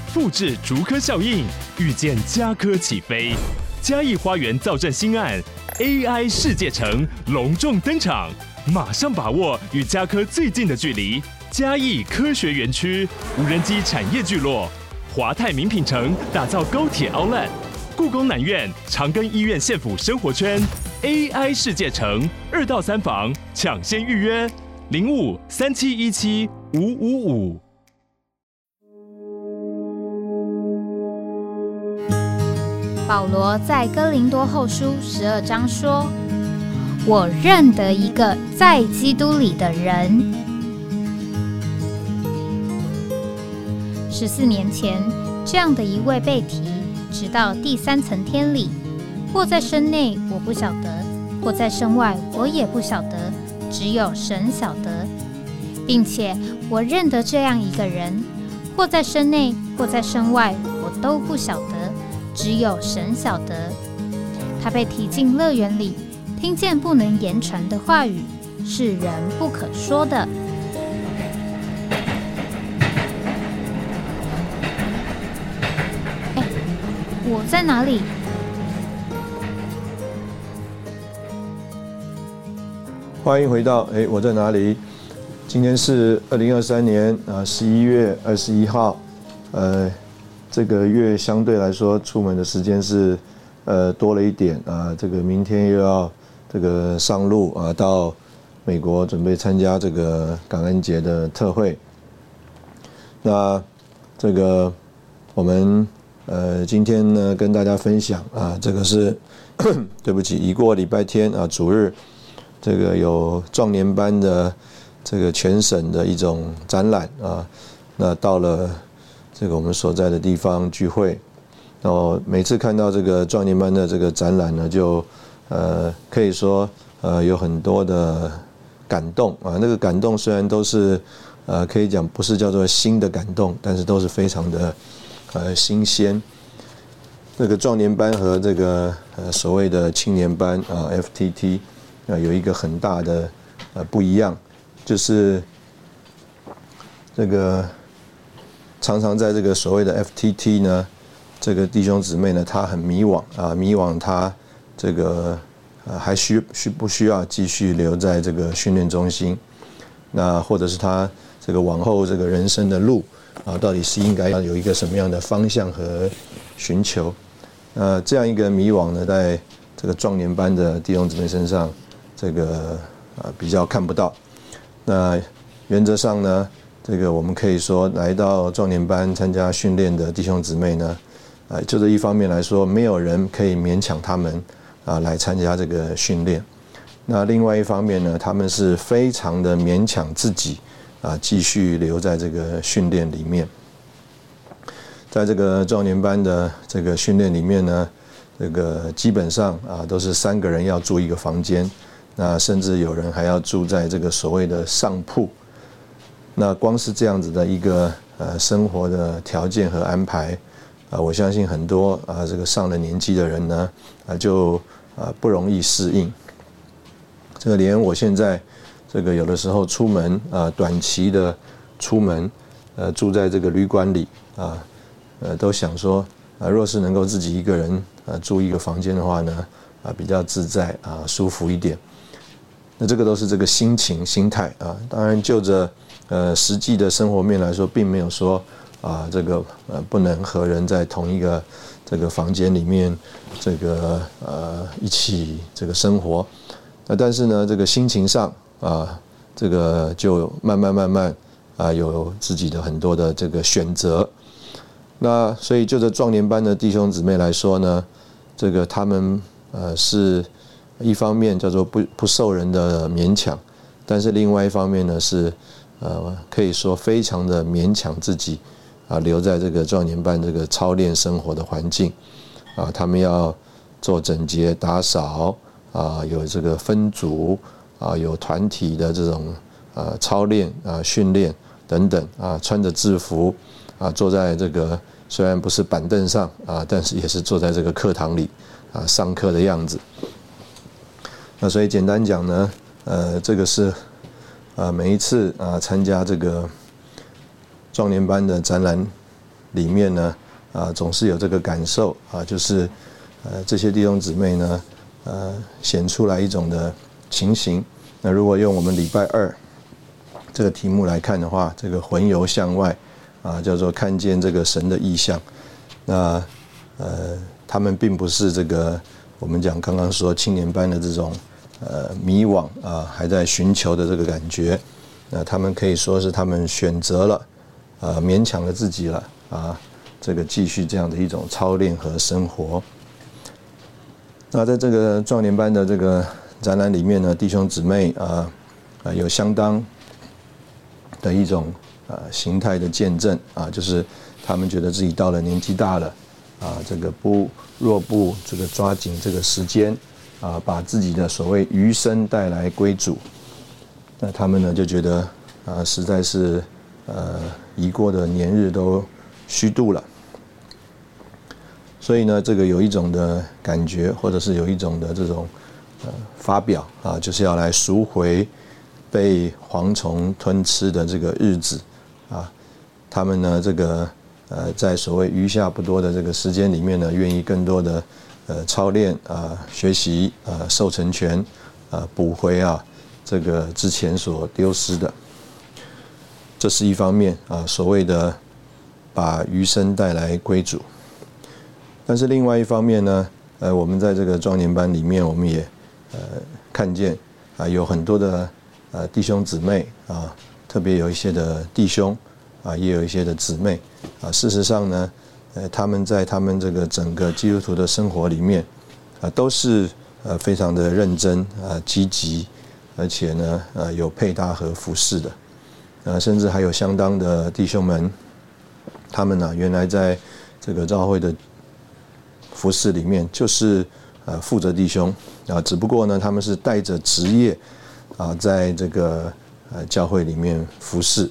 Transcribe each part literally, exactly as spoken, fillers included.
复制竹科效应，预见家科起飞。嘉义花园造镇新案 A I 世界城隆重登场，马上把握与家科最近的距离。嘉义科学园区无人机产业聚落，华泰名品城打造高铁 Outlet， 故宫南院长庚医院县府生活圈 A I 世界城二到三房抢先预约零五三七一七五五五。 保罗在哥林多后书十二章说：“我认得一个在基督里的人。”十四年前，这样的一位被提，直到第三层天里，或在身内，我不晓得；或在身外，我也不晓得，只有神晓得。并且我认得这样一个人，或在身内，或在身外，我都不晓得。只有神晓得。他被提进乐园里，听见不能言传的话语，是人不可说的。哎，我在哪里？ 欢迎回到哎，我在哪里？今天是二零二三年啊十一月二十一号，呃。这个月相对来说出门的时间是呃多了一点啊，这个明天又要这个上路啊，到美国准备参加这个感恩节的特会。那这个我们呃今天呢跟大家分享啊，这个是对不起，已过礼拜天啊主日，这个有壮年班的这个全省的一种展览啊，那到了这个我们所在的地方聚会，然后每次看到这个壮年班的这个展览呢，就呃可以说呃有很多的感动啊。那个感动虽然都是呃可以讲不是叫做新的感动，但是都是非常的呃新鲜。这个壮年班和这个呃所谓的青年班啊 F T T 啊有一个很大的呃不一样，就是这个。常常在这个所谓的 F T T 呢，这个弟兄姊妹呢，他很迷惘啊，迷惘他这个呃还需需不需要继续留在这个训练中心？那或者是他这个往后这个人生的路啊，到底是应该要有一个什么样的方向和寻求？呃，这样一个迷惘呢，在这个壮年班的弟兄姊妹身上，这个啊比较看不到。那原则上呢？这个我们可以说，来到壮年班参加训练的弟兄姊妹呢，呃，就这一方面来说，没有人可以勉强他们啊来参加这个训练。那另外一方面呢，他们是非常的勉强自己啊，继续留在这个训练里面。在这个壮年班的这个训练里面呢，这个基本上啊都是三个人要住一个房间，那甚至有人还要住在这个所谓的上铺。那光是这样子的一个呃生活的条件和安排，啊，我相信很多啊这个上了年纪的人呢，啊就啊不容易适应。这个连我现在这个有的时候出门啊短期的出门，呃住在这个旅馆里啊，呃都想说啊，若是能够自己一个人啊住一个房间的话呢，啊比较自在啊舒服一点。那这个都是这个心情心态啊，当然就着。呃，实际的生活面来说，并没有说啊，这个呃不能和人在同一个这个房间里面，这个呃一起这个生活。那但是呢，这个心情上啊，这个就慢慢慢慢啊，有自己的很多的这个选择。那所以就着壮年班的弟兄姊妹来说呢，这个他们呃是一方面叫做不不受人的勉强，但是另外一方面呢是。呃，可以说非常的勉强自己啊，留在这个壮年班这个操练生活的环境啊，他们要做整洁打扫啊，有这个分组啊，有团体的这种啊操练啊训练等等啊，穿着制服啊，坐在这个虽然不是板凳上啊，但是也是坐在这个课堂里啊上课的样子。那所以简单讲呢，呃，这个是。啊，每一次啊参加这个壮年班的展览里面呢，啊，总是有这个感受啊，就是呃这些弟兄姊妹呢，呃显出来一种的情形。那如果用我们礼拜二这个题目来看的话，这个魂游向外啊，叫做看见这个神的意象。那呃，他们并不是这个我们讲刚刚说青年班的这种呃迷惘啊，还在寻求的这个感觉。那他们可以说是他们选择了，呃，勉强了自己了啊，这个继续这样的一种操练和生活。那在这个壮年班的这个展览里面呢，弟兄姊妹啊，啊有相当的一种啊形态的见证啊，就是他们觉得自己到了年纪大了啊，这个不若不这个抓紧这个时间啊，把自己的所谓余生带来归主。那他们呢就觉得啊，实在是呃已过的年日都虚度了，所以呢，这个有一种的感觉，或者是有一种的这种呃发表啊，就是要来赎回被蝗虫吞吃的这个日子啊。他们呢，这个呃在所谓余下不多的这个时间里面呢，愿意更多的呃操练啊、学习啊、受成全啊、补回啊。这个之前所丢失的，这是一方面啊，所谓的把余生带来归主。但是另外一方面呢，呃，我们在这个壮年班里面，我们也呃看见啊，有很多的呃弟兄姊妹啊，特别有一些的弟兄啊，也有一些的姊妹啊。事实上呢，呃，他们在他们这个整个基督徒的生活里面啊，都是呃非常的认真啊、积极。而且呢，呃，有配搭和服侍的，呃，甚至还有相当的弟兄们，他们呢、啊，原来在这个教会的服侍里面，就是呃负责弟兄啊，只不过呢，他们是带着职业啊，在这个呃教会里面服侍。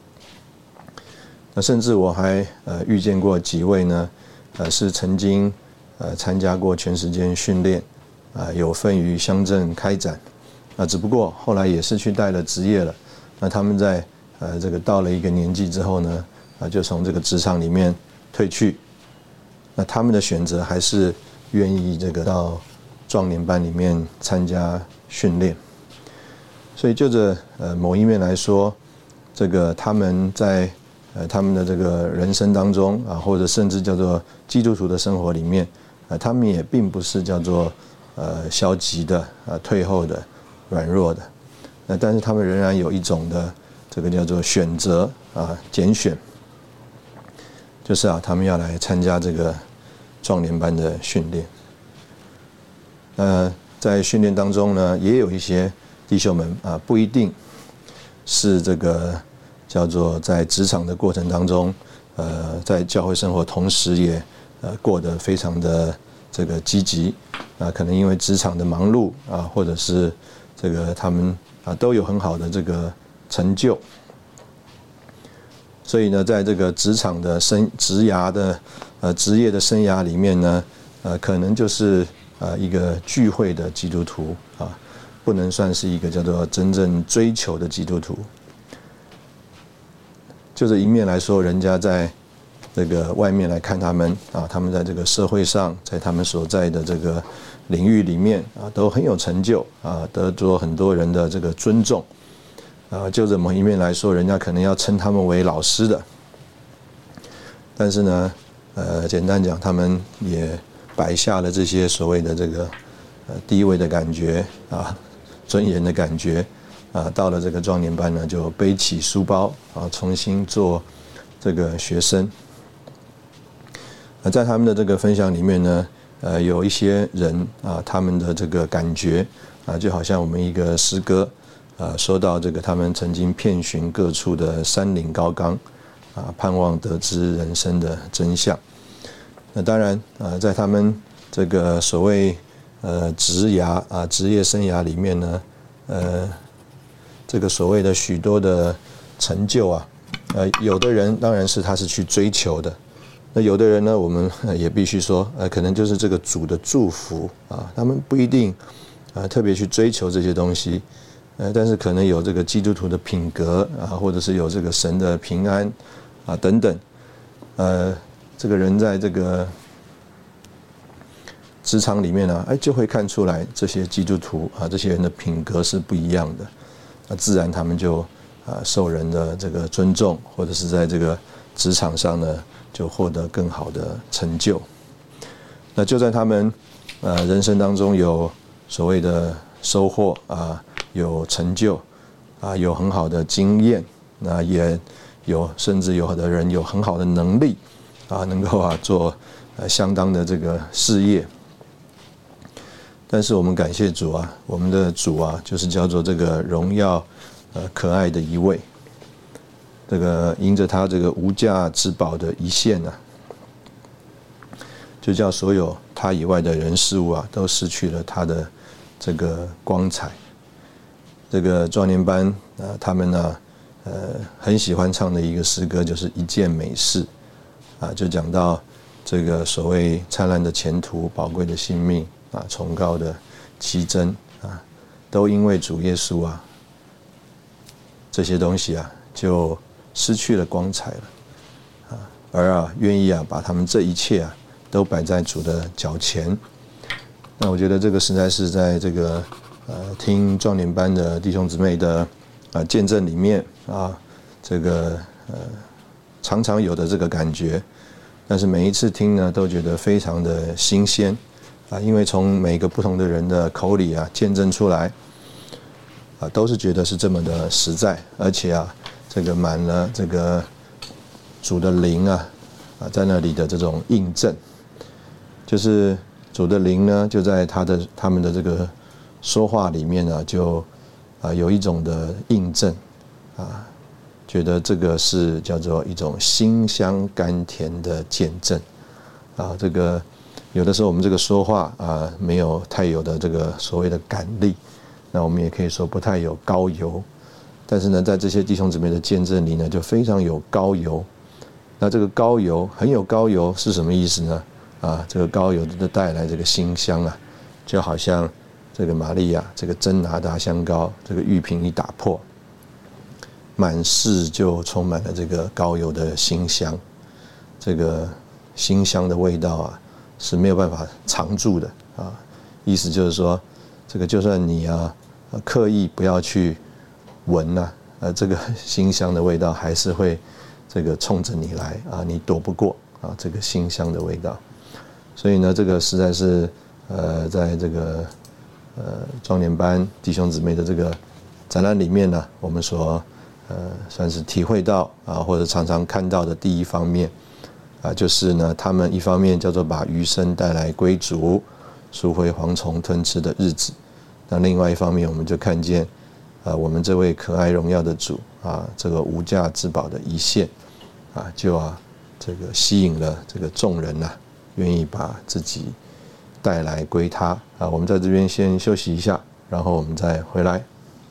那甚至我还呃遇见过几位呢，呃，是曾经呃参加过全时间训练啊，有份于乡镇开展。啊，只不过后来也是去带了职业了。那他们在呃这个到了一个年纪之后呢，啊就从这个职场里面退去。那他们的选择还是愿意这个到壮年班里面参加训练。所以就着呃某一面来说，这个他们在呃他们的这个人生当中啊，或者甚至叫做基督徒的生活里面，啊他们也并不是叫做呃消极的啊退后的。软弱的，那但是他们仍然有一种的这个叫做选择啊，拣选，就是啊，他们要来参加这个壮年班的训练。呃，在训练当中呢，也有一些弟兄们啊，不一定是这个叫做在职场的过程当中，呃，在教会生活同时也呃过得非常的这个积极啊，可能因为职场的忙碌啊，或者是这个他们啊都有很好的这个成就，所以呢，在这个职场的生职涯的呃职业的生涯里面呢，呃，可能就是呃一个聚会的基督徒啊，不能算是一个叫做真正追求的基督徒。就这一面来说，人家在这个外面来看他们啊，他们在这个社会上，在他们所在的这个领域里面啊，都很有成就啊，得着很多人的这个尊重啊。就这某一面来说，人家可能要称他们为老师的，但是呢，呃，简单讲，他们也摆下了这些所谓的这个呃地位的感觉啊，尊严的感觉啊，到了这个壮年班呢，就背起书包啊，重新做这个学生。在他们的这个分享里面呢，呃，有一些人啊，他们的这个感觉啊，就好像我们一个诗歌啊，说到这个他们曾经遍寻各处的山岭高冈啊，盼望得知人生的真相。那当然啊，在他们这个所谓呃职涯啊职业生涯里面呢，呃，这个所谓的许多的成就啊，呃，有的人当然是他是去追求的。那有的人呢，我们也必须说，呃，可能就是这个主的祝福啊，他们不一定啊特别去追求这些东西，呃，但是可能有这个基督徒的品格啊，或者是有这个神的平安啊等等， 呃，这个人在这个职场里面呢、啊，哎，就会看出来这些基督徒啊，这些人的品格是不一样的，那自然他们就啊受人的这个尊重，或者是在这个职场上呢，就获得更好的成就。那就在他们呃人生当中有所谓的收获啊，有成就啊，有很好的经验，那也有甚至有的人有很好的能力啊，能够啊做呃相当的这个事业。但是我们感谢主啊，我们的主啊，就是叫做这个荣耀呃可爱的一位，这个因着他这个无价之宝的一线啊，就叫所有他以外的人事物啊，都失去了他的这个光彩。这个壮年班啊，他们呢，呃，很喜欢唱的一个诗歌就是一件美事，啊，就讲到这个所谓灿烂的前途、宝贵的性命啊、崇高的奇珍啊，都因为主耶稣啊，这些东西啊，就失去了光彩了，啊，而啊，愿意啊，把他们这一切啊，都摆在主的脚前。那我觉得这个实在是在这个。呃，听壮年班的弟兄姊妹的啊见证里面啊，这个呃常常有的这个感觉，但是每一次听呢，都觉得非常的新鲜啊，因为从每个不同的人的口里啊见证出来啊，都是觉得是这么的实在，而且啊，这个满了这个主的灵啊啊在那里的这种印证，就是主的灵呢，就在他的他们的这个。说话里面呢，就啊有一种的印证啊，觉得这个是叫做一种馨香甘甜的见证啊。这个有的时候我们这个说话啊，没有太有的这个所谓的感力，那我们也可以说不太有高油。但是呢，在这些弟兄姊妹的见证里呢，就非常有高油。那这个高油很有高油是什么意思呢？啊，这个高油就带来这个馨香啊，就好像。这个玛利亚，这个真拿达香膏，这个玉瓶一打破，满室就充满了这个膏油的馨香。这个馨香的味道啊，是没有办法藏住的啊。意思就是说，这个就算你啊刻意不要去闻呐、啊，呃，这个馨香的味道还是会这个冲着你来啊，你躲不过啊这个馨香的味道。所以呢，这个实在是呃，在这个。呃，壮年班弟兄姊妹的这个展览里面呢，我们所呃算是体会到啊，或者常常看到的第一方面啊，就是呢，他们一方面叫做把余生带来归主，赎回蝗虫吞吃的日子；那另外一方面，我们就看见啊，我们这位可爱荣耀的主啊，这个无价之宝的一线啊，就啊这个吸引了这个众人呐、啊，愿意把自己。带来归他啊！我们在这边先休息一下，然后我们再回来。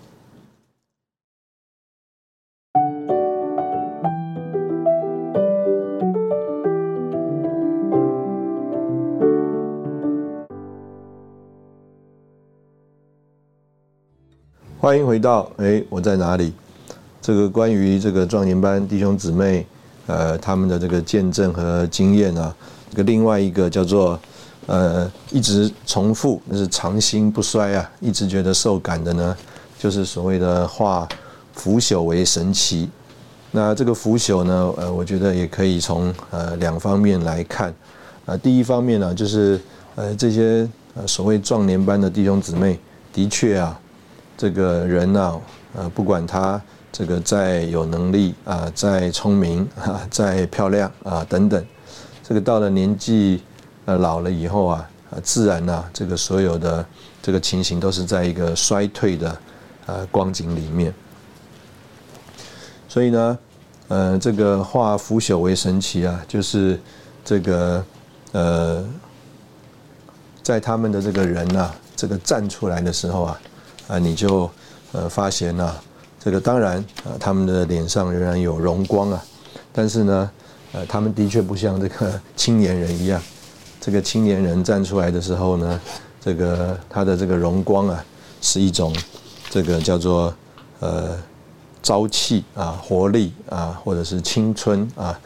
欢迎回到哎，我在哪里？这个关于这个壮年班弟兄姊妹，呃，他们的这个见证和经验啊，这个另外一个叫做。呃，一直重复，那是长新不衰啊！一直觉得受感的呢，就是所谓的化腐朽为神奇。那这个腐朽呢，呃，我觉得也可以从呃两方面来看。啊，第一方面呢，就是呃这些呃所谓壮年班的弟兄姊妹，的确啊，这个人啊，呃，不管他这个再有能力啊，再聪明啊，再漂亮啊等等，这个到了年纪。呃，老了以后啊，自然呢、啊，这个所有的这个情形都是在一个衰退的呃光景里面。所以呢，呃，这个化腐朽为神奇啊，就是这个呃，在他们的这个人啊，这个站出来的时候啊，啊，你就呃发现呐、啊，这个当然啊，他们的脸上仍然有荣光啊，但是呢，呃，他们的确不像这个青年人一样。这个青年人站出来的时候呢，这个他的这个荣光啊，是一种这个叫做呃朝气啊、活力啊，或者是青春啊，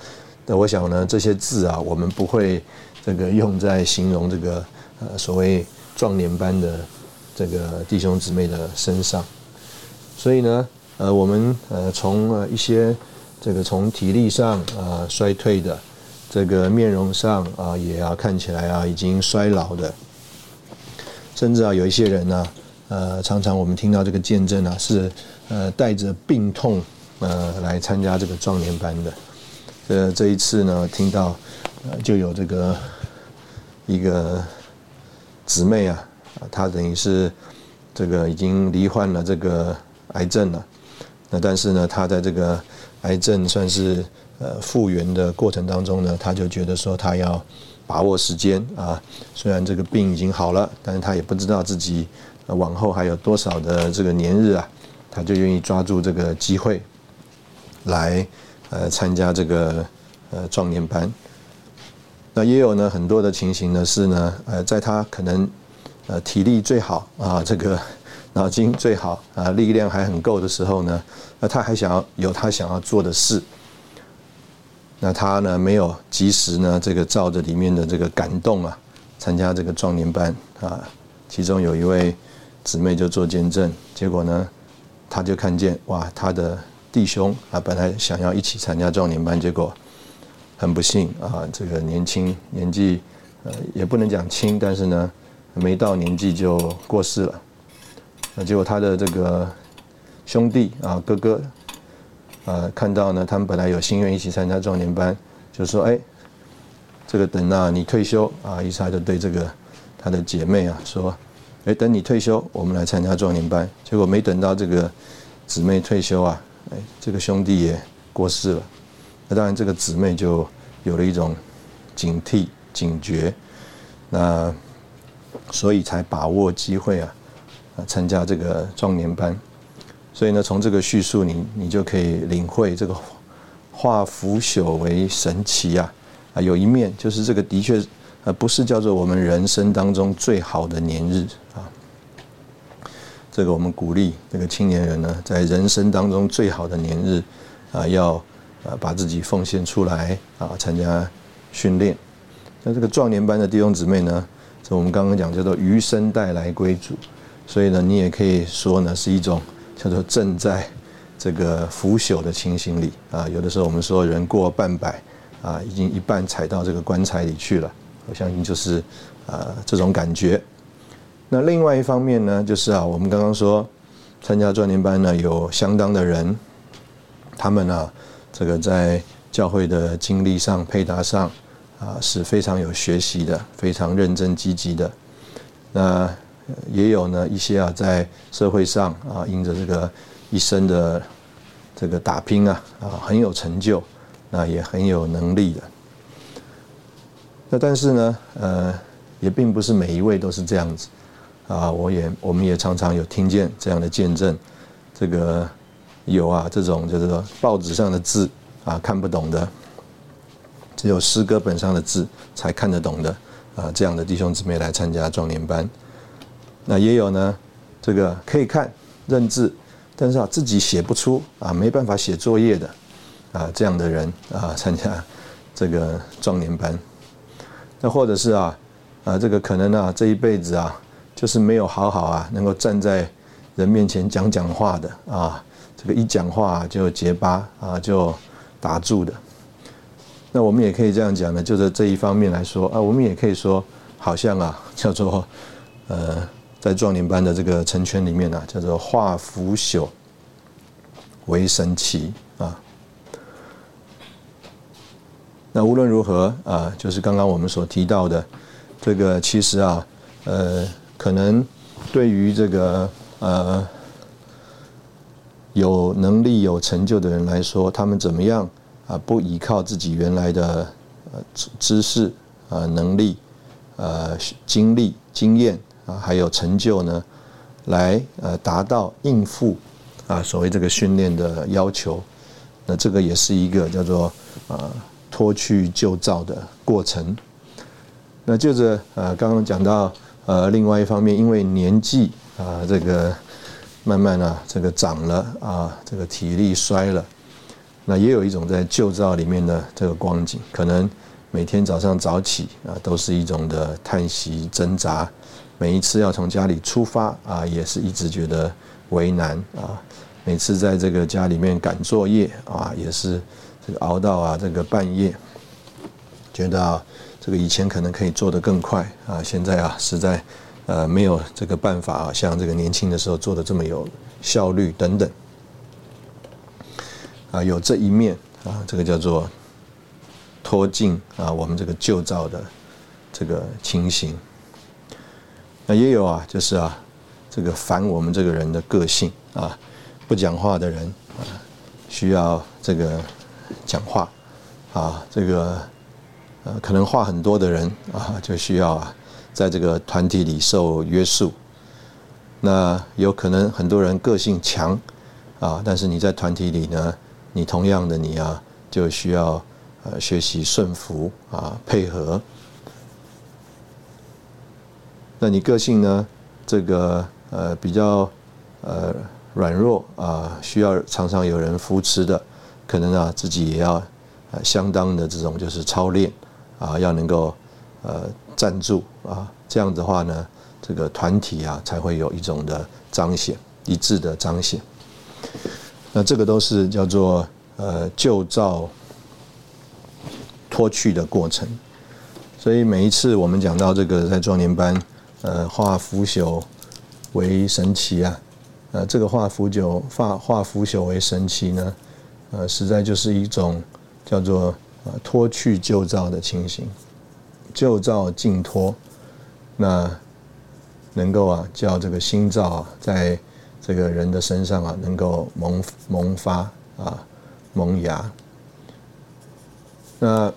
那我想呢，这些字啊，我们不会这个用在形容这个呃所谓壮年班的这个弟兄姊妹的身上。所以呢，呃，我们呃从呃一些这个从体力上啊、呃、衰退的，这个面容上啊、呃、也啊看起来啊已经衰老的，甚至啊有一些人呢、啊，呃，常常我们听到这个见证啊，是呃带着病痛呃来参加这个壮年班的。这这一次呢，听到呃就有这个一个姊妹啊，她等于是这个已经罹患了这个癌症了。那但是呢，她在这个癌症算是呃复原的过程当中呢，她就觉得说她要把握时间啊，虽然这个病已经好了，但是她也不知道自己往后还有多少的这个年日啊，她就愿意抓住这个机会来呃参加这个呃壮年班。那也有呢很多的情形呢是呢，呃在她可能呃体力最好啊，这个脑筋最好啊，力量还很够的时候呢，那她还想要有她想要做的事。那他呢没有及时呢这个照着里面的这个感动啊，参加这个壮年班啊，其中有一位姊妹就做见证，结果呢他就看见哇，他的弟兄啊本来想要一起参加壮年班，结果很不幸啊，这个年轻年纪呃也不能讲轻，但是呢没到年纪就过世了。那结果他的这个兄弟啊哥哥。呃，看到呢，他们本来有心愿一起参加壮年班，就说：“哎，这个等啊你退休啊。”于是他就对这个他的姐妹啊说：“哎，等你退休，我们来参加壮年班。”结果没等到这个姊妹退休啊，哎，这个兄弟也过世了。那当然，这个姊妹就有了一种警惕、警觉，那所以才把握机会啊，啊，参加这个壮年班。所以呢，从这个叙述你你就可以领会这个化腐朽为神奇啊啊，有一面就是这个的确呃不是叫做我们人生当中最好的年日啊。这个我们鼓励这个青年人呢，在人生当中最好的年日啊，要啊把自己奉献出来啊，参加训练。那这个壮年班的弟兄姊妹呢，这我们刚刚讲叫做余生带来归主，所以呢，你也可以说呢是一种。叫做正在这个腐朽的情形里啊，有的时候我们说人过半百啊，已经一半踩到这个棺材里去了，我相信就是啊这种感觉。那另外一方面呢，就是啊，我们刚刚说参加壮年班呢，有相当的人，他们啊这个在教会的经历上、配搭上啊是非常有学习的，非常认真积极的。那也有呢一些啊，在社会上啊，因着这个一生的这个打拼啊啊，很有成就，那也很有能力的。那但是呢，呃，也并不是每一位都是这样子啊。我也我们也常常有听见这样的见证，这个有啊这种就是说报纸上的字啊看不懂的，只有诗歌本上的字才看得懂的啊，这样的弟兄姊妹来参加壮年班。那也有呢，这个可以看认字，但是啊自己写不出啊，没办法写作业的啊这样的人啊参加这个壮年班。那或者是啊啊这个可能啊这一辈子啊就是没有好好啊能够站在人面前讲讲话的啊，这个一讲话就结巴啊就打住的。那我们也可以这样讲呢，就是这一方面来说啊，我们也可以说好像啊叫做呃。在壮年班的这个成圈里面啊，叫做化腐朽为神奇啊。那无论如何啊，就是刚刚我们所提到的这个，其实啊，呃，可能对于这个呃有能力、有成就的人来说，他们怎么样啊，不依靠自己原来的呃知识啊、能力、呃经历、经验。啊，还有成就呢，来呃达到应付啊所谓这个训练的要求，那这个也是一个叫做啊脱去旧造的过程。那就着呃刚刚讲到呃另外一方面，因为年纪啊这个慢慢啊这个长了啊这个体力衰了， 那也有一种在旧照里面的这个光景，可能每天早上早起啊，都是一种的叹息挣扎。每一次要从家里出发啊，也是一直觉得为难啊。每次在这个家里面赶作业啊，也是这个熬到啊这个半夜，觉得啊这个以前可能可以做得更快啊，现在啊实在呃没有这个办法啊，像这个年轻的时候做得这么有效率等等啊，有这一面啊，这个叫做脱尽啊我们这个旧照的这个情形。那也有啊，就是啊这个反我们这个人的个性啊，不讲话的人啊，需要这个讲话啊，这个呃可能话很多的人啊，就需要啊在这个团体里受约束。那有可能很多人个性强啊，但是你在团体里呢，你同样的你啊，就需要呃学习顺服啊，配合。那你个性呢，这个呃比较呃软弱啊，需要常常有人扶持的，可能啊自己也要呃相当的这种就是操练啊，要能够呃站住啊，这样的话呢，这个团体啊才会有一种的彰显，一致的彰显。那这个都是叫做呃旧照脱去的过程。所以每一次我们讲到这个在壮年班，呃化腐朽为神奇啊，呃这个化腐朽化化腐朽为神奇呢，呃实在就是一种叫做呃脱去旧照的情形，旧照尽脱，那能够啊叫这个新照啊在这个人的身上啊能够萌萌发啊萌芽。那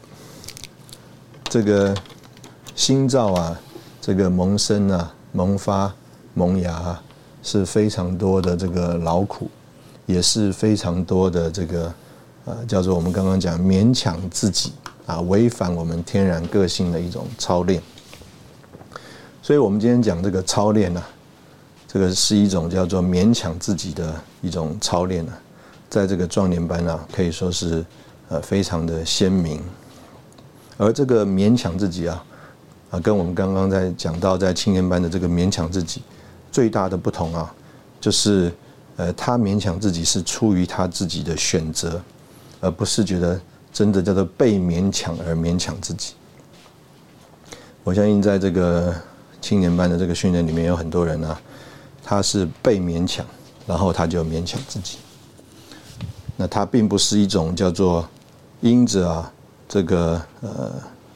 这个新照啊，这个萌生啊、萌发、萌芽啊，是非常多的这个劳苦，也是非常多的这个呃叫做我们刚刚讲勉强自己啊，违反我们天然个性的一种操练。所以我们今天讲这个操练啊，这个是一种叫做勉强自己的一种操练啊，在这个壮年班啊，可以说是呃非常的鲜明。而这个勉强自己啊，啊，跟我们刚刚在讲到在青年班的这个勉强自己最大的不同啊，就是呃，他勉强自己是出于他自己的选择，而不是觉得真的叫做被勉强而勉强自己。我相信在这个青年班的这个训练里面，有很多人啊，他是被勉强，然后他就勉强自己。那他并不是一种叫做因着啊。这个呃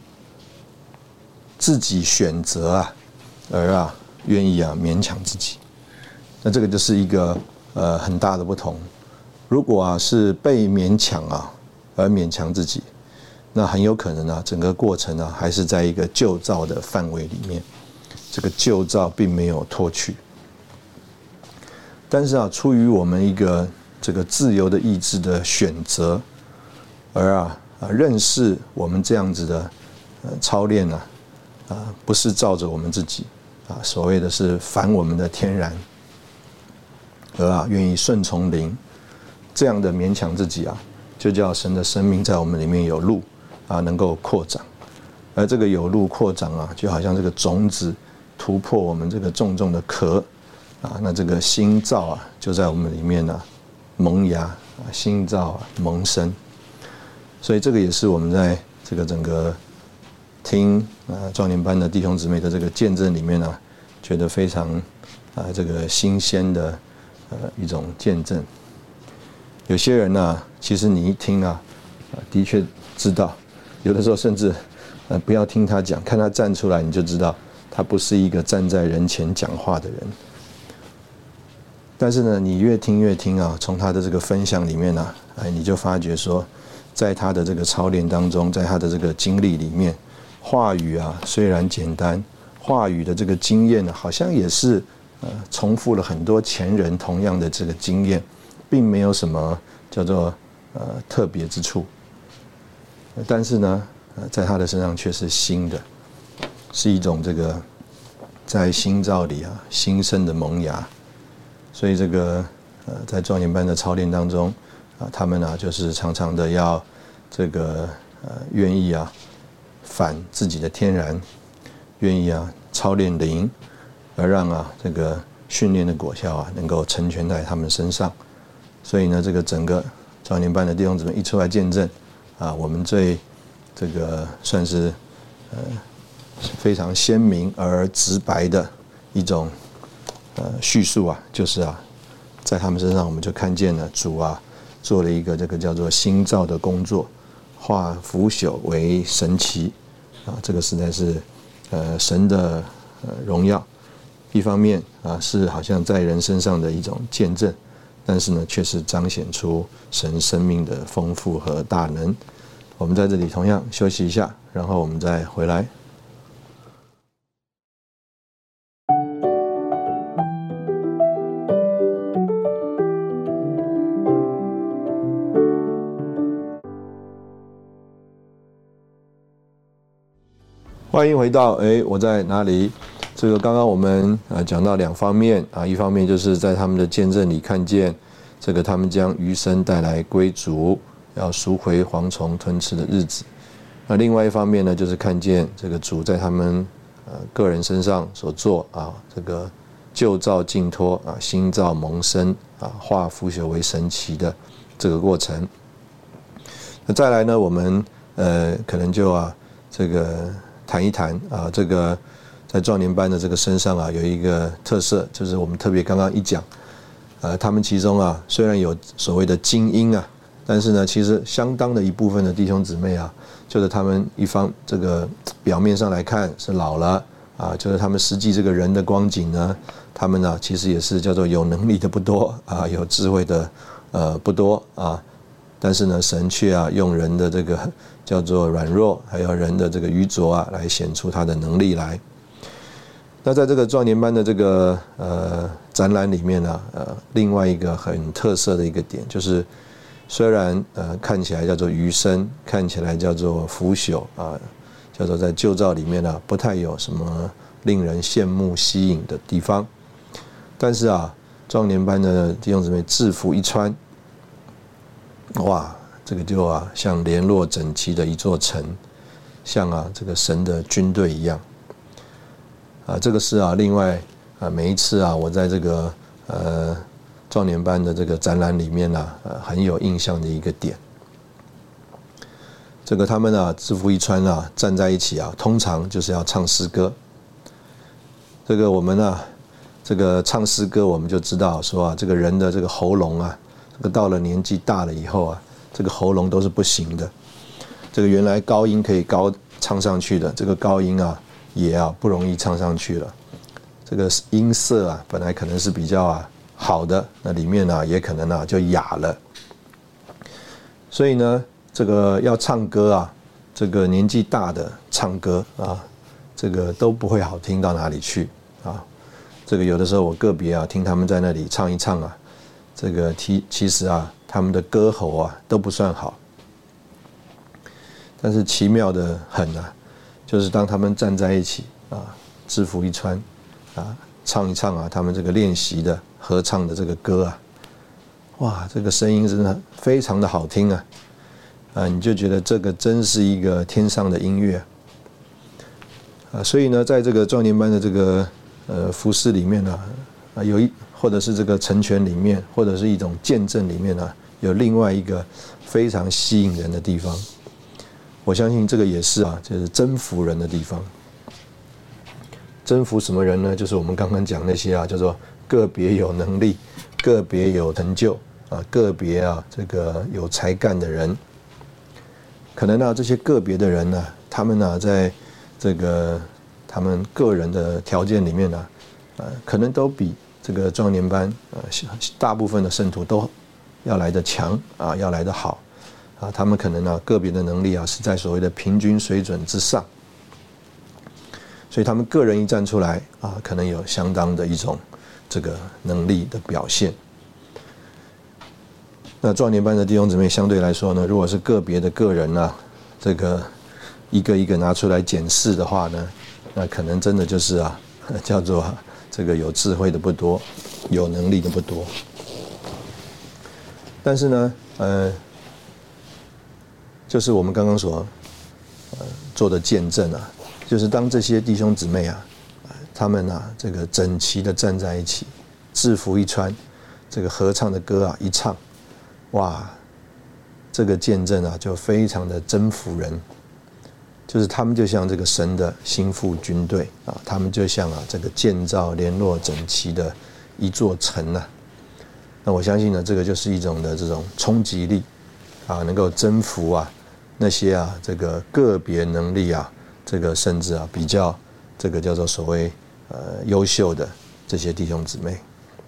自己选择啊，而啊愿意啊勉强自己，那这个就是一个呃很大的不同。如果啊是被勉强啊而勉强自己，那很有可能啊整个过程啊还是在一个旧照的范围里面，这个旧照并没有脱去。但是啊，出于我们一个这个自由的意志的选择，而啊。啊，认识我们这样子的呃操练呢、啊，啊，不是照着我们自己啊，所谓的是反我们的天然，而啊愿意顺从灵，这样的勉强自己啊，就叫神的生命在我们里面有路啊，能够扩长。而这个有路扩长啊，就好像这个种子突破我们这个重重的壳啊，那这个新造啊，就在我们里面呢、啊、萌芽啊，新造啊萌生。所以这个也是我们在这个整个听啊壮年班的弟兄姊妹的这个见证里面呢、啊，觉得非常啊这个新鲜的呃一种见证。有些人呢、啊，其实你一听啊，啊的确知道，有的时候甚至呃不要听他讲，看他站出来你就知道他不是一个站在人前讲话的人。但是呢，你越听越听啊，从他的这个分享里面呢、啊，哎你就发觉说。在他的这个操练当中，在他的这个经历里面，话语啊虽然简单，话语的这个经验呢，好像也是呃重复了很多前人同样的这个经验，并没有什么叫做呃特别之处。但是呢，呃在他的身上却是新的，是一种这个在新造里啊新生的萌芽。所以这个呃在壮年班的操练当中。 啊，他们啊就是常常的要这个呃愿意啊反自己的天然，愿意啊操练灵，而让啊这个训练的果效啊能够成全在他们身上。所以呢，这个整个少年班的弟兄姊妹一出来见证啊，我们最这个算是呃非常鲜明而直白的一种呃叙述啊，就是啊在他们身上我们就看见了主啊做了一个这个叫做新造的工作，化腐朽为神奇啊，这个实在是呃神的呃荣耀。一方面啊是好像在人身上的一种见证，但是呢却是彰显出神生命的丰富和大能。我们在这里同样休息一下，然后我们再回来。欢迎回到哎，我在哪里？这个刚刚我们呃讲到两方面啊，一方面就是在他们的见证里看见这个他们将余生带来归主，要赎回蝗虫吞吃的日子。那另外一方面呢，就是看见这个主在他们呃个人身上所做啊，这个旧造净脱啊，新造蒙生啊，化腐朽为神奇的这个过程。那再来呢，我们呃可能就啊这个。谈一谈啊，这个在壮年班的这个身上啊，有一个特色，就是我们特别刚刚一讲，呃，他们其中啊，虽然有所谓的精英啊，但是呢，其实相当的一部分的弟兄姊妹啊，就是他们一方这个表面上来看是老了啊，就是他们实际这个人的光景呢，他们呢其实也是叫做有能力的不多啊，有智慧的呃不多啊。但是呢，神却啊用人的这个叫做软弱，还有人的这个愚拙啊，来显出他的能力来。那在这个壮年班的这个呃展览里面呢，呃，另外一个很特色的一个点，就是虽然呃看起来叫做余生，看起来叫做腐朽啊，叫做在旧造里面呢、啊、不太有什么令人羡慕吸引的地方，但是啊，壮年班的弟兄姊妹制服一穿。哇，这个就啊像联络整齐的一座城，像啊这个神的军队一样啊，这个是啊另外啊每一次啊我在这个呃壮年班的这个展览里面呢、啊，呃很有印象的一个点。这个他们啊制服一穿啊站在一起啊，通常就是要唱诗歌。这个我们啊这个唱诗歌，我们就知道说啊这个人的这个喉咙啊。这个到了年纪大了以后啊，这个喉咙都是不行的。这个原来高音可以高唱上去的，这个高音啊也啊不容易唱上去了。这个音色啊本来可能是比较啊好的，那里面啊也可能啊就哑了。所以呢，这个要唱歌啊，这个年纪大的唱歌啊，这个都不会好听到哪里去啊。这个有的时候我个别啊听他们在那里唱一唱啊。这个其其实啊，他们的歌喉啊都不算好，但是奇妙的很啊，就是当他们站在一起啊，制服一穿啊，唱一唱啊，他们这个练习的合唱的这个歌啊，哇，这个声音真的非常的好听啊，啊，你就觉得这个真是一个天上的音乐啊，所以呢，在这个壮年班的这个呃服饰里面呢，啊，有一。或者是这个成全里面，或者是一种见证里面呢、啊，有另外一个非常吸引人的地方。我相信这个也是啊，就是征服人的地方。征服什么人呢？就是我们刚刚讲那些啊，叫做个别有能力、个别有成就啊、个别啊这个有才干的人。可能呢、啊，这些个别的人呢、啊，他们呢、啊，在这个他们个人的条件里面呢、啊，呃，可能都比。这个壮年班，呃，大部分的圣徒都要来得强啊，要来得好啊，他们可能呢个别的能力啊是在所谓的平均水准之上，所以他们个人一站出来啊，可能有相当的一种这个能力的表现。那壮年班的弟兄姊妹相对来说呢，如果是个别的个人啊，这个一个一个拿出来检视的话呢，那可能真的就是啊，叫做、啊。这个有智慧的不多，有能力的不多。 但是呢，呃，就是我们刚刚所呃做的见证啊，就是当这些弟兄姊妹啊，他们啊这个整齐的站在一起，制服一穿，这个合唱的歌啊一唱，哇，这个见证啊就非常的征服人。就是他们就像这个神的心腹军队啊，他们就像啊这个建造联络整齐的一座城啊。那我相信呢，这个就是一种的这种冲击力啊，能够征服啊那些啊这个个别能力啊，这个甚至啊比较这个叫做所谓呃优秀的这些弟兄姊妹。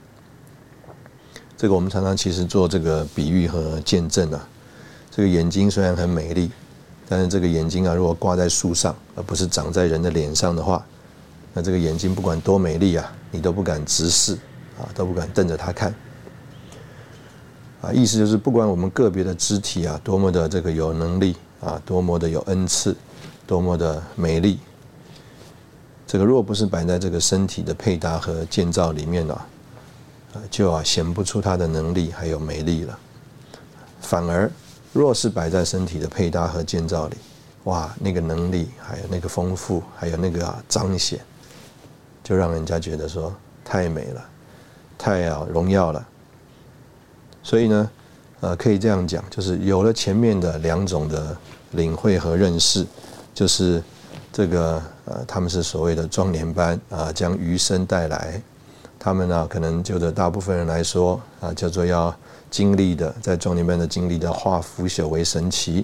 这个我们常常其实做这个比喻和见证啊，这个眼睛虽然很美丽。但是这个眼睛啊，如果挂在树上，而不是长在人的脸上的话，那这个眼睛不管多美丽啊，你都不敢直视啊，都不敢瞪着它看。啊，意思就是不管我们个别的肢体啊，多么的这个有能力啊，多么的有恩赐，多么的美丽，这个若不是摆在这个身体的配搭和建造里面啊，就啊显不出它的能力还有美丽了，反而。若是摆在身体的配搭和建造里，哇，那个能力，还有那个丰富，还有那个啊彰显，就让人家觉得说太美了，太啊荣耀了。所以呢，呃，可以这样讲，就是有了前面的两种的领会和认识，就是这个呃，他们是所谓的壮年班啊，将余生带来。他们呢、啊，可能就的大部分人来说啊，叫做要。经历的在壮年班的经历的化腐朽为神奇，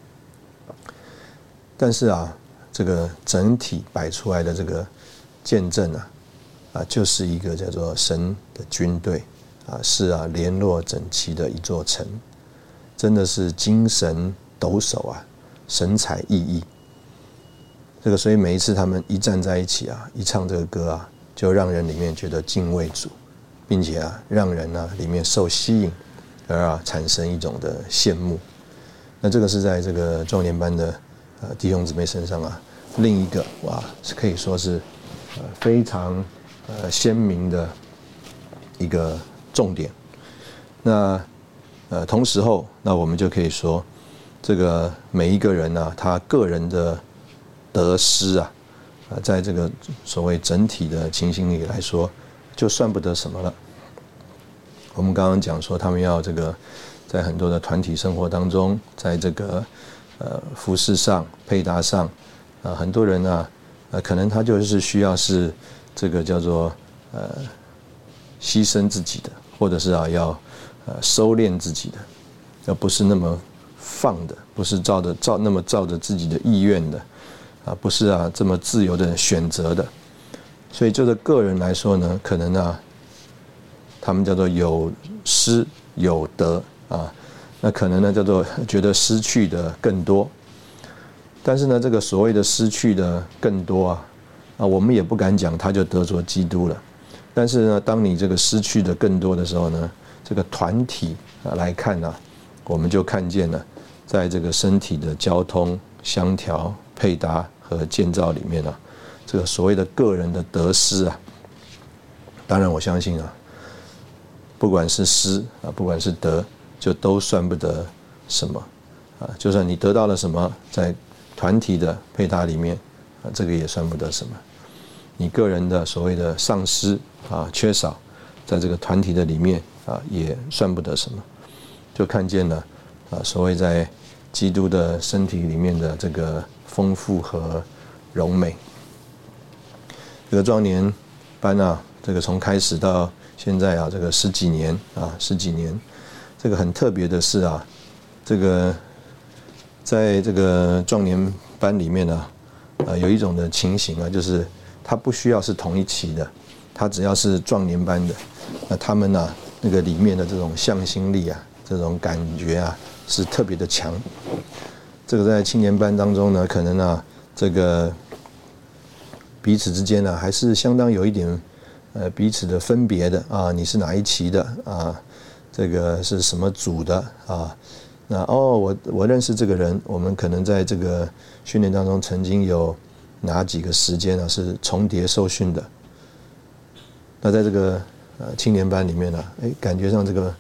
但是啊，这个整体摆出来的这个见证啊，啊，就是一个叫做神的军队啊，是啊联络整齐的一座城，真的是精神抖擞啊，神采奕奕。这个所以每一次他们一站在一起啊，一唱这个歌啊，就让人里面觉得敬畏主，并且啊，让人啊里面受吸引。而啊，产生一种的羡慕，那这个是在这个壮年班的呃弟兄姊妹身上啊，另一个哇，是可以说是呃非常呃鲜明的一个重点。那呃同时候，那我们就可以说，这个每一个人啊，他个人的得失啊，啊，在这个所谓整体的情形里来说，就算不得什么了。我们刚刚讲说，他们要这个在很多的团体生活当中，在这个呃服饰上、配搭上，啊，很多人啊，呃，可能他就是需要是这个叫做呃牺牲自己的，或者是啊要呃收敛自己的，而不是那么放的，不是照着照那么照着自己的意愿的，啊，不是啊这么自由的选择的。所以就着个人来说呢，可能啊。他们叫做有失有得啊，那可能呢叫做觉得失去的更多，但是呢这个所谓的失去的更多啊，啊我们也不敢讲他就得着基督了，但是呢当你这个失去的更多的时候呢，这个团体啊来看呢、啊，我们就看见了，在这个身体的交通相调配搭和建造里面啊，这个所谓的个人的得失啊，当然我相信啊。不管是失啊，不管是得，就都算不得什么啊。就算你得到了什么，在团体的配搭里面啊，这个也算不得什么。你个人的所谓的丧失啊、缺少，在这个团体的里面啊，也算不得什么。就看见了啊，所谓在基督的身体里面的这个丰富和荣美。这个壮年班啊，这个从开始到现在啊，这个十几年啊，十几年，这个很特别的是啊，这个在这个壮年班里面呢，呃，有一种的情形啊，就是他不需要是同一期的，他只要是壮年班的，那他们呢、啊，那个里面的这种向心力啊，这种感觉啊，是特别的强。这个在青年班当中呢，可能啊，这个彼此之间呢、啊，还是相当有一点。呃，彼此的分别的啊，你是哪一期的啊？这个是什么组的啊？那哦，我我认识这个人，我们可能在这个训练当中曾经有哪几个时间啊是重叠受训的。那在这个呃青年班里面呢、啊，哎，感觉上这个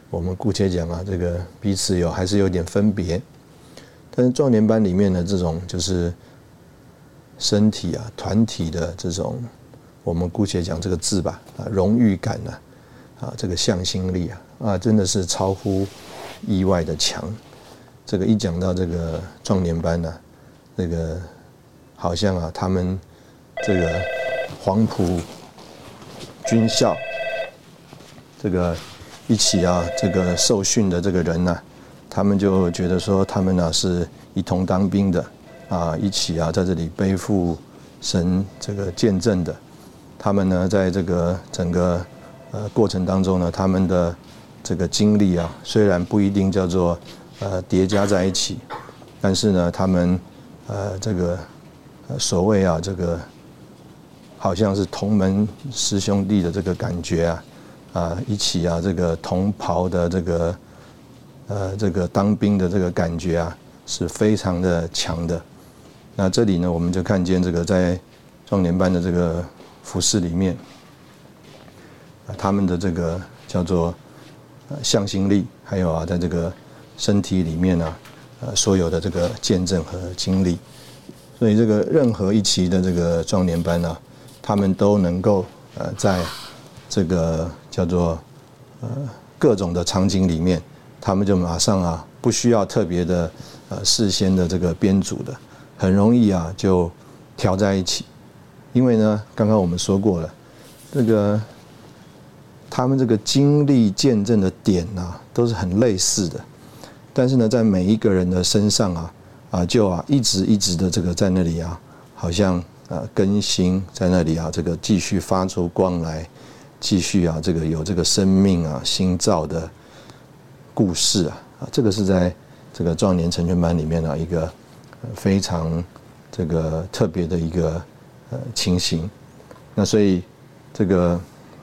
我们姑且讲啊，这个彼此有还是有点分别。但是壮年班里面的这种就是身体啊、团体的这种，我们姑且讲这个字吧，啊，荣誉感啊，啊，这个向心力啊，啊，真的是超乎意外的强。这个一讲到这个壮年班呢、啊，这个好像啊，他们这个黄埔军校这个一起啊，这个受训的这个人呢、啊，他们就觉得说他们呢、啊、是一同当兵的啊，一起啊在这里背负神这个见证的。他们呢在这个整个呃过程当中呢，他们的这个经历啊，虽然不一定叫做呃叠加在一起，但是呢，他们呃这个呃所谓啊这个好像是同门师兄弟的这个感觉啊。啊，一起啊，这个同袍的这个，呃，这个当兵的这个感觉啊，是非常的强的。那这里呢，我们就看见这个在壮年班的这个服饰里面，啊，他们的这个叫做呃向心力，还有啊，在这个身体里面呢、啊，呃，所有的这个见证和经历。所以这个任何一期的这个壮年班呢、啊，他们都能够呃在这个叫做呃各种的场景里面，他们就马上啊不需要特别的呃事先的这个编组的，很容易啊就调在一起。因为呢，刚刚我们说过了，这个他们这个经历见证的点啊都是很类似的，但是呢，在每一个人的身上啊啊就啊一直一直的这个在那里啊，好像啊更新在那里啊，这个继续发出光来。继续啊，这个有这个生命啊、新造的故事啊，啊，这个是在这个壮年成全班里面啊一个非常这个特别的一个呃情形。那所以这个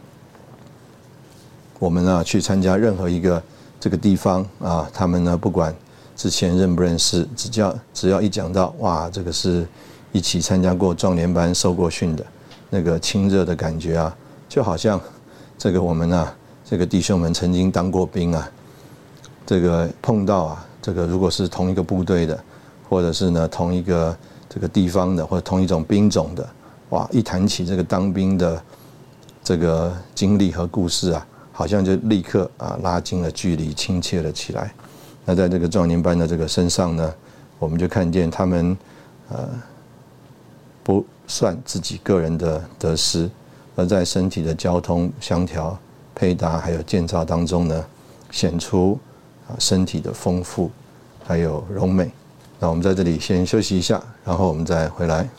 我们啊去参加任何一个这个地方啊，他们呢不管之前认不认识，只要只要一讲到哇，这个是一起参加过壮年班、受过训的那个亲热的感觉啊。就好像这个我们啊，这个弟兄们曾经当过兵啊，这个碰到啊，这个如果是同一个部队的，或者是呢同一个这个地方的，或者同一种兵种的，哇，一谈起这个当兵的这个经历和故事啊，好像就立刻啊拉近了距离，亲切了起来。那在这个壮年班的这个身上呢，我们就看见他们呃不算自己个人的得失。而在身体的交通相调、配搭还有建造当中呢，显出啊身体的丰富，还有柔美。那我们在这里先休息一下，然后我们再回来。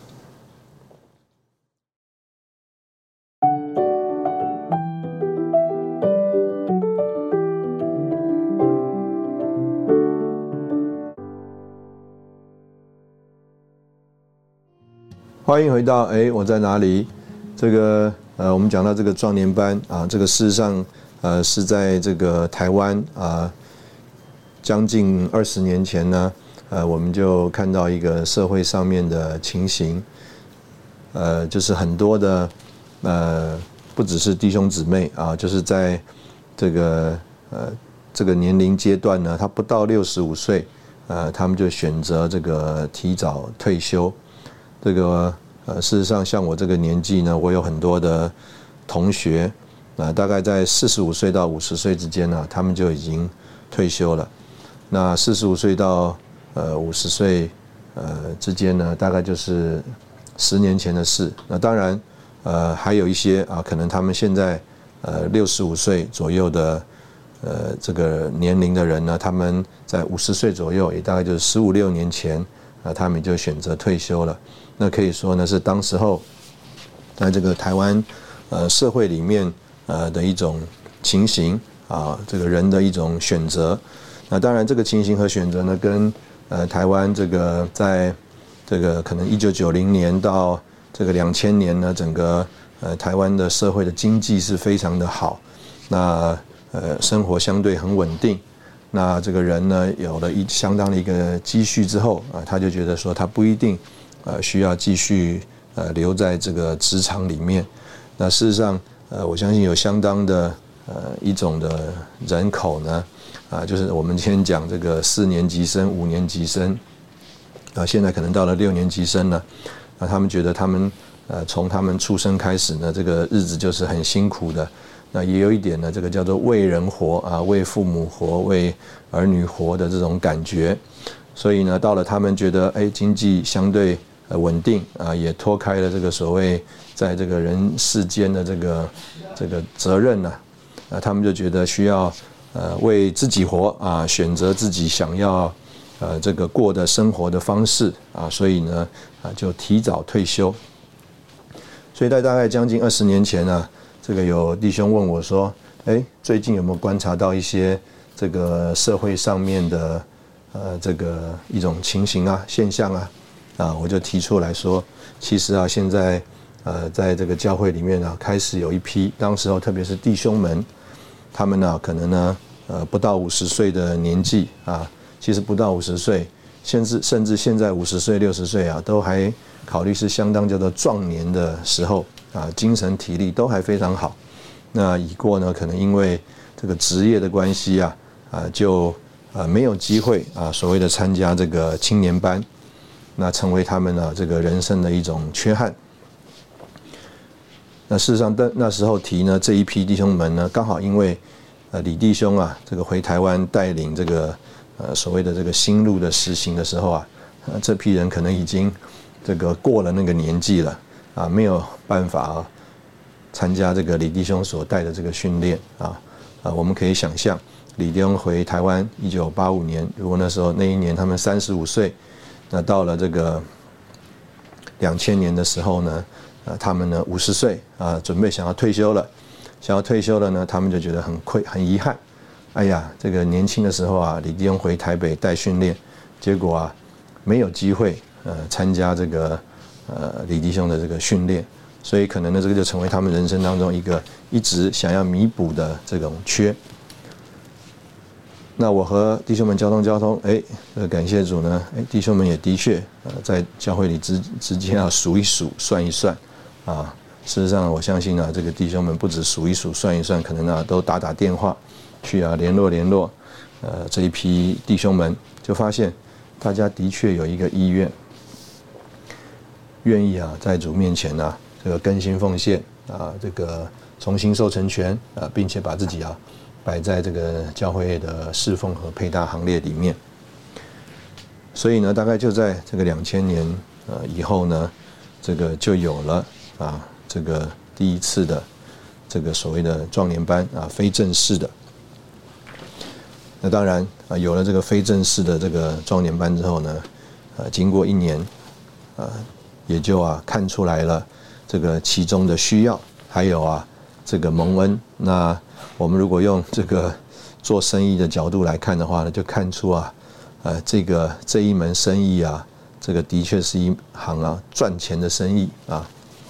欢迎回到哎，我在哪里？这个呃，我们讲到这个壮年班啊，这个事实上呃是在这个台湾啊，将近二十年前呢，呃，我们就看到一个社会上面的情形，呃，就是很多的呃，不只是弟兄姊妹啊，就是在这个呃这个年龄阶段呢，他不到六十五岁，呃，他们就选择这个提早退休，这个。呃，事实上，像我这个年纪呢，我有很多的同学，啊、呃，大概在四十五岁到五十岁之间呢、啊，他们就已经退休了。那四十五岁到呃五十岁呃之间呢，大概就是十年前的事。那当然，呃，还有一些啊，可能他们现在呃六十五岁左右的呃这个年龄的人呢，他们在五十岁左右，也大概就是十五六年前啊、呃，他们就选择退休了。那可以说呢，是当时候在这个台湾呃社会里面呃的一种情形啊，这个人的一种选择。那当然，这个情形和选择呢，跟呃台湾这个在这个可能一九九零年到这个两千年呢，整个呃台湾的社会的经济是非常的好，那呃生活相对很稳定。那这个人呢，有了一相当的一个积蓄之后啊，他就觉得说他不一定。呃，需要继续呃留在这个职场里面。那事实上，呃，我相信有相当的呃一种的人口呢，啊，就是我们今天讲这个四年级生、五年级生，啊，现在可能到了六年级生了，啊，他们觉得他们呃从他们出生开始呢，这个日子就是很辛苦的。那也有一点呢，这个叫做为人活啊，为父母活，为儿女活的这种感觉。所以呢，到了他们觉得，哎，经济相对呃稳定啊，也脱开了这个所谓在这个人世间的这个这个责任呢，啊，他们就觉得需要呃为自己活啊，选择自己想要呃这个过的生活的方式啊，所以呢啊就提早退休。所以在大概将近二十年前呢。这个有弟兄问我说：“哎，最近有没有观察到一些这个社会上面的呃这个一种情形啊、现象啊？”啊，我就提出来说，其实啊，现在呃在这个教会里面啊，开始有一批，当时候特别是弟兄们，他们呢可能呢呃不到五十岁的年纪啊，其实不到五十岁，甚至甚至现在五十岁、六十岁啊，都还考虑是相当叫做壮年的时候。啊，精神体力都还非常好。那已过呢，可能因为这个职业的关系啊，啊就啊没有机会啊，所谓的参加这个青年班，那成为他们呢这个人生的一种缺憾。那事实上，的那时候提呢这一批弟兄们呢，刚好因为呃李弟兄啊，这个回台湾带领这个呃所谓的这个新路的实行的时候啊，呃、这批人可能已经这个过了那个年纪了。啊，没有办法啊，参加这个李弟兄所带的这个训练啊啊，我们可以想象，李弟兄回台湾一九八五年，如果那时候那一年他们三十五岁，那到了这个两千年的时候呢，啊，他们呢五十岁啊，准备想要退休了，想要退休了呢，他们就觉得很愧很遗憾，哎呀，这个年轻的时候啊，李弟兄回台北带训练，结果啊没有机会呃参加这个。呃，李弟兄的这个训练，所以可能呢，这个就成为他们人生当中一个一直想要弥补的这种缺。那我和弟兄们交通交通，哎，感谢主呢，哎，弟兄们也的确呃在教会里之之间啊数一数、算一算啊。事实上，我相信啊，这个弟兄们不止数一数、算一算，可能啊都打打电话去啊联络联络，呃，这一批弟兄们就发现大家的确有一个意愿。愿意啊，在主面前啊，这个更新奉献啊，这个重新受成全啊，并且把自己啊摆在这个教会的侍奉和配搭行列里面。所以呢，大概就在这个两千年呃以后呢，这个就有了啊这个第一次的这个所谓的壮年班啊，非正式的。那当然啊，有了这个非正式的这个壮年班之后呢，呃，经过一年，啊。也就啊看出来了这个其中的需要，还有啊这个蒙恩。那我们如果用这个做生意的角度来看的话呢，就看出啊，呃这个这一门生意啊，这个的确是一行啊赚钱的生意啊。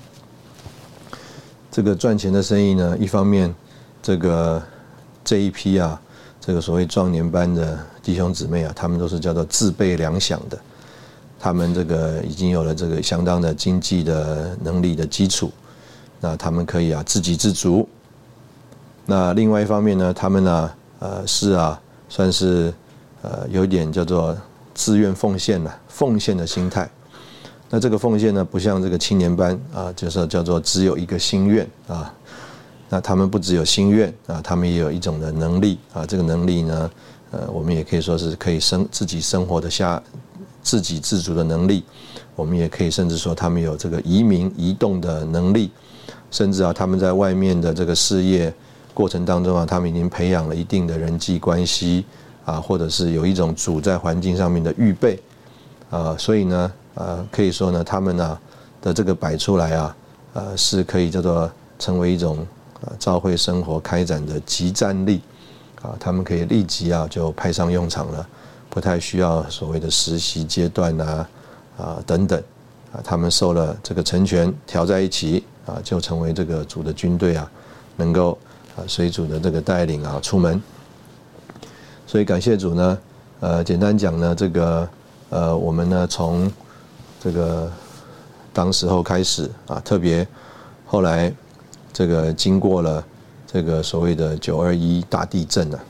这个赚钱的生意呢，一方面这个这一批啊，这个所谓壮年班的弟兄姊妹啊，他们都是叫做自备粮饷的。他们这个已经有了这个相当的经济的能力的基础，那他们可以啊自给自足。那另外一方面呢，他们呢呃是啊算是呃有一点叫做自愿奉献了，奉献的心态。那这个奉献呢，不像这个青年班啊，就是叫做只有一个心愿啊。那他们不只有心愿啊，他们也有一种的能力啊。这个能力呢，呃，我们也可以说是可以生自己生活的下。自给自足的能力，我们也可以甚至说他们有这个移民移动的能力，甚至啊他们在外面的这个事业过程当中啊，他们已经培养了一定的人际关系啊，或者是有一种主在环境上面的预备啊，所以呢，呃，可以说呢，他们啊的这个摆出来啊，呃，是可以叫做成为一种呃教会生活开展的即战力啊，他们可以立即啊就派上用场了。不太需要所谓的实习阶段啊，啊等等，啊，他们受了这个成全，调在一起啊，就成为这个主的军队啊，能够啊随主的这个带领啊出门。所以感谢主呢，呃，简单讲呢，这个呃我们呢从这个当时候开始啊，特别后来这个经过了这个所谓的九二一大地震啊，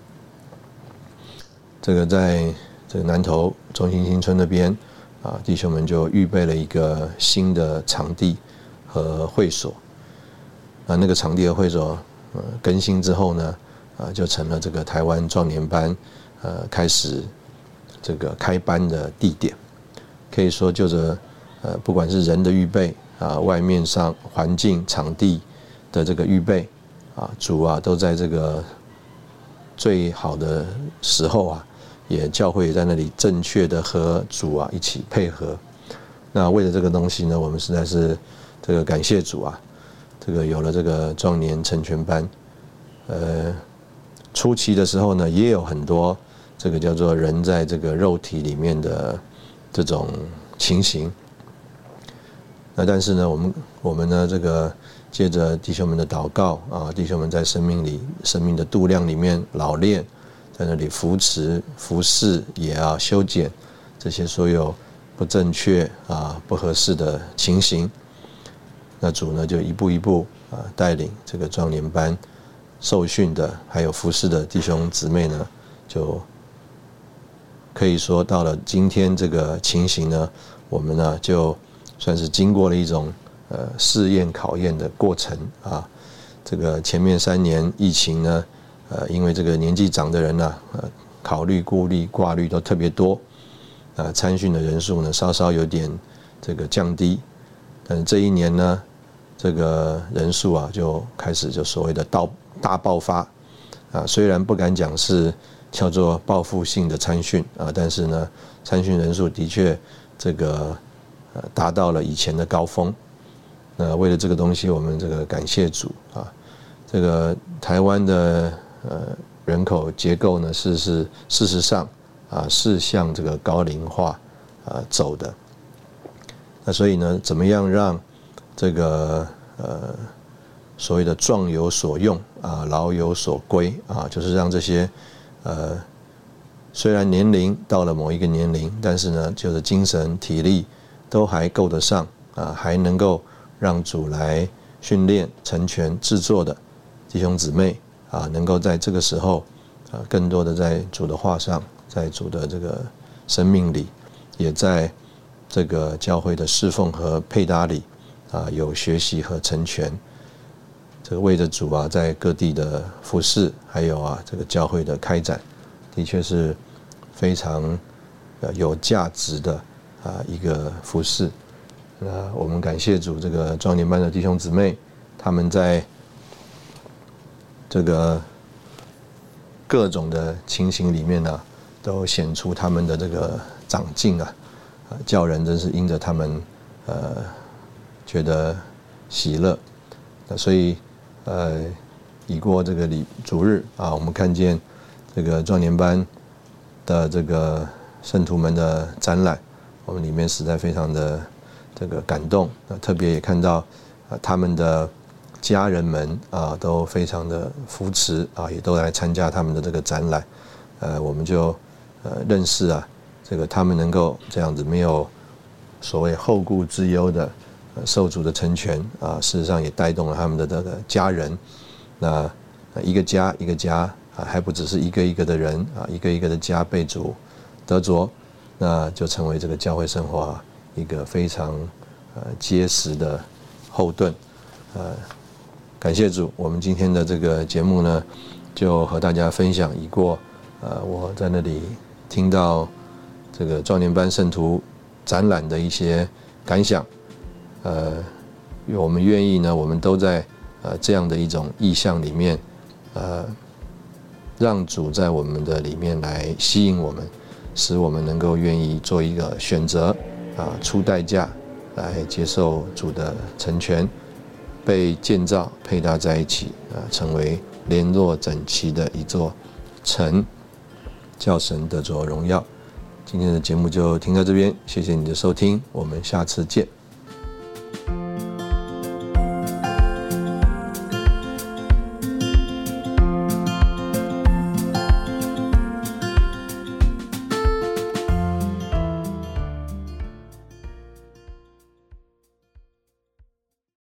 这个在这个南投中心新村那边啊，弟兄们就预备了一个新的场地和会所。啊，那个场地和会所呃更新之后呢，啊就成了这个台湾壮年班呃开始这个开班的地点。可以说就着呃不管是人的预备啊，外面上环境场地的这个预备啊，主啊都在这个最好的时候啊，也教会也在那里正确的和主啊一起配合。那为了这个东西呢，我们实在是这个感谢主啊，这个有了这个壮年成全班。呃，初期的时候呢，也有很多这个叫做人在这个肉体里面的这种情形。那但是呢，我们我们呢这个借着弟兄们的祷告啊，弟兄们在生命里生命的度量里面老练，在那里扶持服侍，也要修剪这些所有不正确啊不合适的情形。那主呢就一步一步啊带领这个壮年班受训的还有服侍的弟兄姊妹呢，就可以说到了今天这个情形呢，我们呢就算是经过了一种呃试验考验的过程啊。这个前面三年疫情呢，呃，因为这个年纪长的人呢、啊，呃，考虑、顾虑、挂虑都特别多，啊，参训的人数呢稍稍有点这个降低，但是这一年呢，这个人数啊就开始就所谓的大大爆发，啊，虽然不敢讲是叫做报复性的参训啊，但是呢，参训人数的确这个。呃，达到了以前的高峰。那为了这个东西，我们这个感谢主啊。这个台湾的呃人口结构呢，是是事实上啊是向这个高龄化啊走的。那所以呢，怎么样让这个呃所谓的壮有所用啊，老有所归啊，就是让这些呃虽然年龄到了某一个年龄，但是呢，就是精神体力都还够得上啊，还能够让主来训练、成全、制作的弟兄姊妹啊，能够在这个时候啊，更多的在主的话上，在主的这个生命里，也在这个教会的侍奉和配搭里啊，有学习和成全。这个为着主啊，在各地的服事，还有啊，这个教会的开展，的确是非常有价值的。啊，一个服事。那我们感谢主，这个壮年班的弟兄姊妹，他们在这个各种的情形里面呢、啊，都显出他们的这个长进啊，啊，叫人真是因着他们呃觉得喜乐。那所以呃，已过这个礼主日啊，我们看见这个壮年班的这个圣徒们的展览。我们里面实在非常的这个感动，那特别也看到啊他们的家人们啊都非常的扶持啊，也都来参加他们的这个展览，呃，我们就呃认识啊这个他们能够这样子没有所谓后顾之忧的受主的成全啊，事实上也带动了他们的这个家人，那一个家一个家啊，还不只是一个一个的人啊，一个一个的家被主得着。那就成为这个教会生活、啊、一个非常呃结实的后盾，呃，感谢主，我们今天的这个节目呢，就和大家分享一过，呃，我在那里听到这个壮年班圣徒展览的一些感想，呃，我们愿意呢，我们都在呃这样的一种意象里面，呃，让主在我们的里面来吸引我们。使我们能够愿意做一个选择啊，出代价来接受主的成全，被建造配搭在一起啊，成为联络整齐的一座城，叫神得着荣耀。今天的节目就听到这边，谢谢你的收听，我们下次见。